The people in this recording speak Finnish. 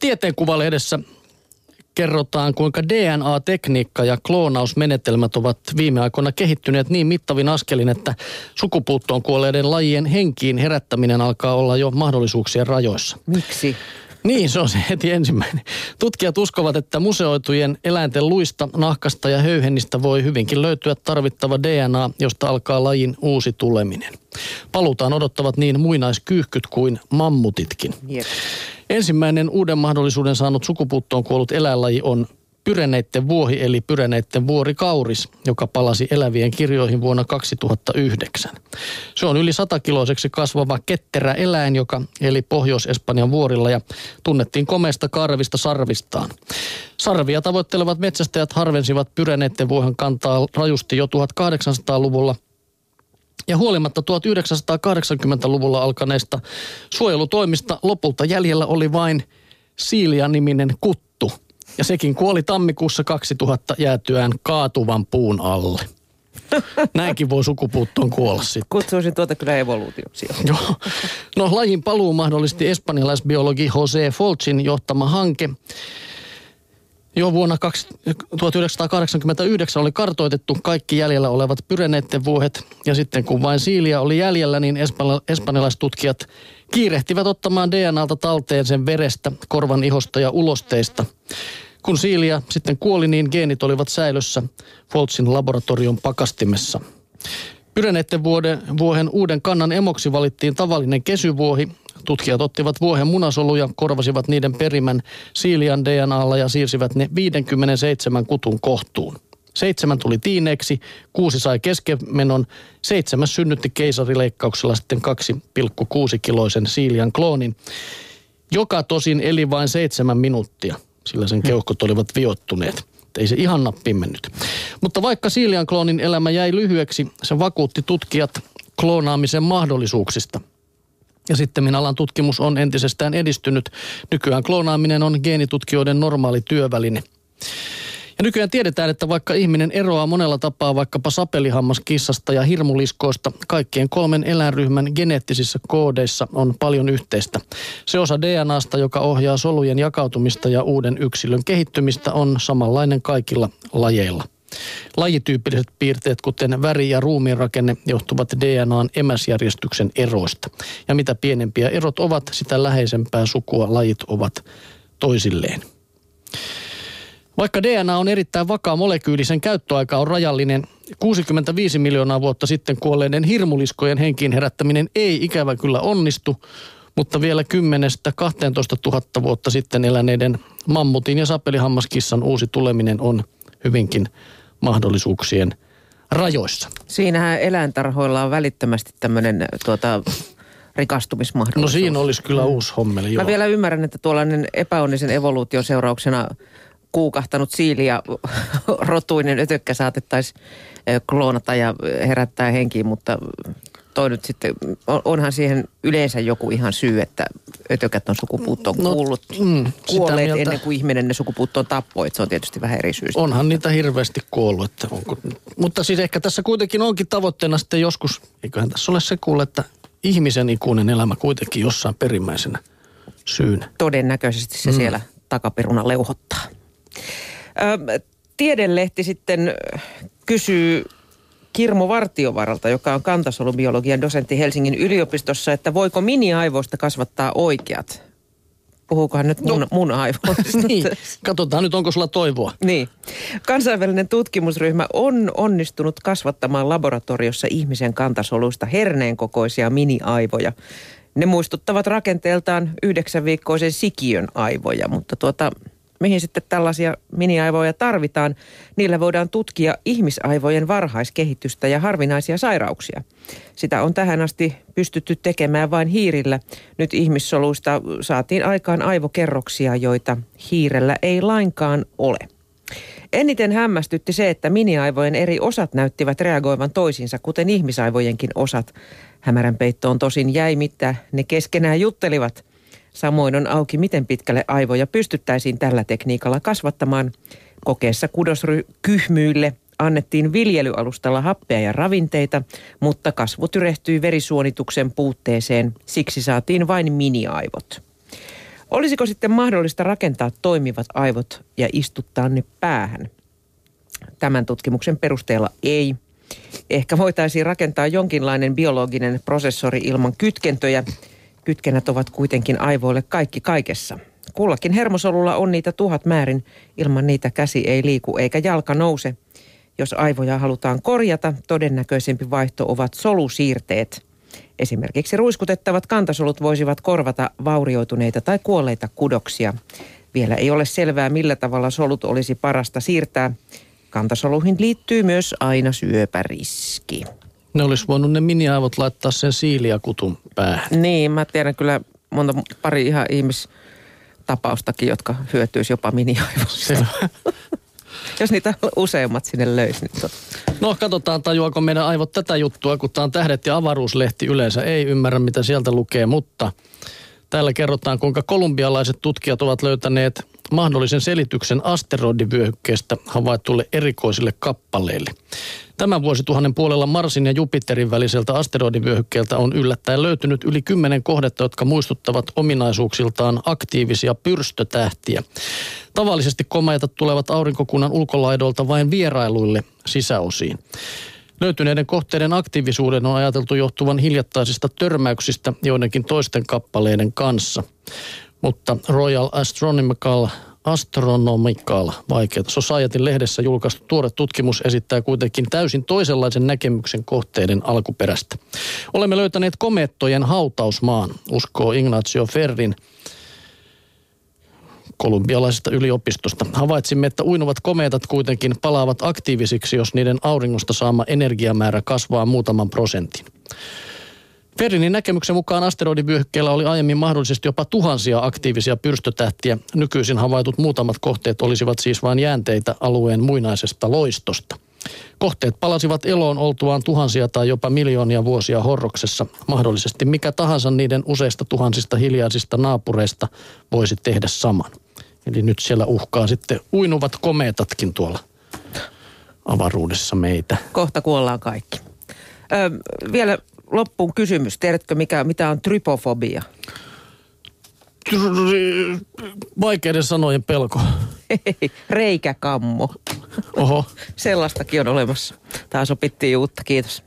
Tieteenkuvalehdessä kerrotaan, kuinka DNA-tekniikka ja kloonausmenetelmät ovat viime aikoina kehittyneet niin mittavin askelin, että sukupuuttoon kuolleiden lajien henkiin herättäminen alkaa olla jo mahdollisuuksien rajoissa. Miksi? Niin, se on se heti ensimmäinen. Tutkijat uskovat, että museoitujen eläinten luista, nahkasta ja höyhennistä voi hyvinkin löytyä tarvittava DNA, josta alkaa lajin uusi tuleminen. Paluutaan odottavat niin muinaiskyyhkyt kuin mammutitkin. Jep. Ensimmäinen uuden mahdollisuuden saanut sukupuuttoon kuollut eläinlaji on pyreneitten vuohi eli pyreneitten vuorikauris, joka palasi elävien kirjoihin vuonna 2009. Se on yli 100-kiloiseksi kasvava ketterä eläin, joka eli Pohjois-Espanjan vuorilla ja tunnettiin komeista karvista sarvistaan. Sarvia tavoittelevat metsästäjät harvensivat pyreneitten vuohen kantaa rajusti jo 1800-luvulla. Ja huolimatta 1980-luvulla alkaneista suojelutoimista lopulta jäljellä oli vain Siilia-niminen kuttu. Ja sekin kuoli tammikuussa 2000 jäätyään kaatuvan puun alle. Näinkin voi sukupuuttoon kuolla sitten. Kutsuisin tuota kyllä evoluutioksi. Joo. No lajin paluu mahdollisti espanjalaisbiologi José Folchin johtama hanke. Jo vuonna 1989 oli kartoitettu kaikki jäljellä olevat pyreneitten vuohet. Ja sitten kun vain siilia oli jäljellä, niin espanjalaistutkijat kiirehtivät ottamaan DNAlta talteen sen verestä, korvan ihosta ja ulosteista. Kun siilia sitten kuoli, niin geenit olivat säilössä Folchin laboratorion pakastimessa. Pyreneitten vuohen uuden kannan emoksi valittiin tavallinen kesyvuohi. Tutkijat ottivat vuohen munasoluja, korvasivat niiden perimän siilian DNAlla ja siirsivät ne 57 kutun kohtuun. 7 tuli tiineeksi, 6 sai keskenmenon, 7 synnytti keisarileikkauksella sitten 2,6-kiloisen siilian kloonin, joka tosin eli vain 7 minuuttia, sillä sen keuhkot olivat viottuneet. Ei se ihan nappiin mennyt. Mutta vaikka siilian kloonin elämä jäi lyhyeksi, se vakuutti tutkijat kloonaamisen mahdollisuuksista. Ja sitten alan tutkimus on entisestään edistynyt. Nykyään kloonaaminen on geenitutkijoiden normaali työväline. Ja nykyään tiedetään, että vaikka ihminen eroaa monella tapaa vaikkapa sapelihammaskissasta ja hirmuliskoista, kaikkien 3 eläinryhmän geneettisissä koodeissa on paljon yhteistä. Se osa DNAsta, joka ohjaa solujen jakautumista ja uuden yksilön kehittymistä, on samanlainen kaikilla lajeilla. Lajityypilliset piirteet, kuten väri ja ruumiinrakenne, johtuvat DNAn emäsjärjestyksen eroista. Ja mitä pienempiä erot ovat, sitä läheisempää sukua lajit ovat toisilleen. Vaikka DNA on erittäin vakaa molekyyli, sen käyttöaika on rajallinen. 65 miljoonaa vuotta sitten kuolleiden hirmuliskojen henkiin herättäminen ei ikävä kyllä onnistu, mutta vielä 10-12 000 vuotta sitten eläneiden mammutin ja sapelihammaskissan uusi tuleminen on hyvinkin mahdollisuuksien rajoissa. Siinähän eläintarhoilla on välittömästi tämmöinen rikastumismahdollisuus. No siinä olisi kyllä uusi hommeli, joo. Mä vielä ymmärrän, että tuollainen epäonnisen evoluution seurauksena kuukahtanut siili ja rotuinen ötökkä saatettaisiin kloonata ja herättää henkiin, mutta toi nyt sitten, onhan siihen yleensä joku ihan syy, että ötökät on sukupuuttoon kuolleet ennen kuin ihminen ne sukupuuttoon tappoi, että se on tietysti vähän eri syystä. Onhan niitä hirveästi kuollut, mutta siis ehkä tässä kuitenkin onkin tavoitteena sitten joskus, eiköhän tässä ole se kuule, että ihmisen ikuinen elämä kuitenkin jossain perimmäisenä syynä. Todennäköisesti se siellä takaperuna leuhottaa. Tiedelehti sitten kysyy Kirmo Vartiovaralta, joka on kantasolubiologian dosentti Helsingin yliopistossa, että voiko mini-aivoista kasvattaa oikeat? Puhuukohan nyt mun aivoista? Niin, katsotaan nyt, onko sulla toivoa. Niin. Kansainvälinen tutkimusryhmä on onnistunut kasvattamaan laboratoriossa ihmisen kantasoluista herneen kokoisia mini-aivoja. Ne muistuttavat rakenteeltaan 9-viikkoisen sikiön aivoja, mutta mihin sitten tällaisia mini-aivoja tarvitaan? Niillä voidaan tutkia ihmisaivojen varhaiskehitystä ja harvinaisia sairauksia. Sitä on tähän asti pystytty tekemään vain hiirillä. Nyt ihmissoluista saatiin aikaan aivokerroksia, joita hiirellä ei lainkaan ole. Eniten hämmästytti se, että mini-aivojen eri osat näyttivät reagoivan toisiinsa, kuten ihmisaivojenkin osat. Hämärän peittoon tosin jäi, mitä ne keskenään juttelivat. Samoin on auki, miten pitkälle aivoja pystyttäisiin tällä tekniikalla kasvattamaan. Kokeessa kudoskyhmyille annettiin viljelyalustalla happea ja ravinteita, mutta kasvu tyrehtyi verisuonituksen puutteeseen. Siksi saatiin vain mini-aivot. Olisiko sitten mahdollista rakentaa toimivat aivot ja istuttaa ne päähän? Tämän tutkimuksen perusteella ei. Ehkä voitaisiin rakentaa jonkinlainen biologinen prosessori ilman kytkentöjä. Kytkennät ovat kuitenkin aivoille kaikki kaikessa. Kullakin hermosolulla on niitä 1000 määrin. Ilman niitä käsi ei liiku eikä jalka nouse. Jos aivoja halutaan korjata, todennäköisempi vaihto ovat solusiirteet. Esimerkiksi ruiskutettavat kantasolut voisivat korvata vaurioituneita tai kuolleita kudoksia. Vielä ei ole selvää, millä tavalla solut olisi parasta siirtää. Kantasoluihin liittyy myös aina syöpäriski. Ne olisi voinut ne miniaivot laittaa sen siiliakutun päähän. Niin, mä tiedän kyllä pari ihan ihmistapaustakin, jotka hyötyisi jopa miniaivoista. Jos niitä useammat sinne löysi. Niin No katsotaan, tajuako meidän aivot tätä juttua, kun tämä on Tähdet ja avaruuslehti yleensä. Ei ymmärrä, mitä sieltä lukee, mutta täällä kerrotaan, kuinka kolumbialaiset tutkijat ovat löytäneet mahdollisen selityksen asteroidivyöhykkeestä havaitulle erikoisille kappaleille. Tämän vuosituhannen puolella Marsin ja Jupiterin väliseltä asteroidivyöhykkeeltä on yllättäen löytynyt yli 10 kohdetta, jotka muistuttavat ominaisuuksiltaan aktiivisia pyrstötähtiä. Tavallisesti komeetat tulevat aurinkokunnan ulkolaidoilta vain vierailuille sisäosiin. Löytyneiden kohteiden aktiivisuuden on ajateltu johtuvan hiljattaisista törmäyksistä joidenkin toisten kappaleiden kanssa. Mutta Royal Astronomical Societyn lehdessä julkaistu tuore tutkimus esittää kuitenkin täysin toisenlaisen näkemyksen kohteiden alkuperästä. Olemme löytäneet komeettojen hautausmaan, uskoo Ignacio Ferrin kolumbialaisesta yliopistosta. Havaitsimme, että uinuvat komeetat kuitenkin palaavat aktiivisiksi, jos niiden auringosta saama energiamäärä kasvaa muutaman prosentin. Ferrinin näkemyksen mukaan asteroidivyöhykkeellä oli aiemmin mahdollisesti jopa tuhansia aktiivisia pyrstötähtiä. Nykyisin havaitut muutamat kohteet olisivat siis vain jäänteitä alueen muinaisesta loistosta. Kohteet palasivat eloon oltuaan tuhansia tai jopa miljoonia vuosia horroksessa. Mahdollisesti mikä tahansa niiden useista tuhansista hiljaisista naapureista voisi tehdä saman. Eli nyt siellä uhkaa sitten uinuvat komeetatkin tuolla avaruudessa meitä. Kohta kuollaan kaikki. Vielä loppuun kysymys. Tiedätkö, mitä on trypofobia? Vaikeiden sanojen pelko. Reikäkammo. Oho. Sellaistakin on olemassa. Taas opittiin uutta. Kiitos.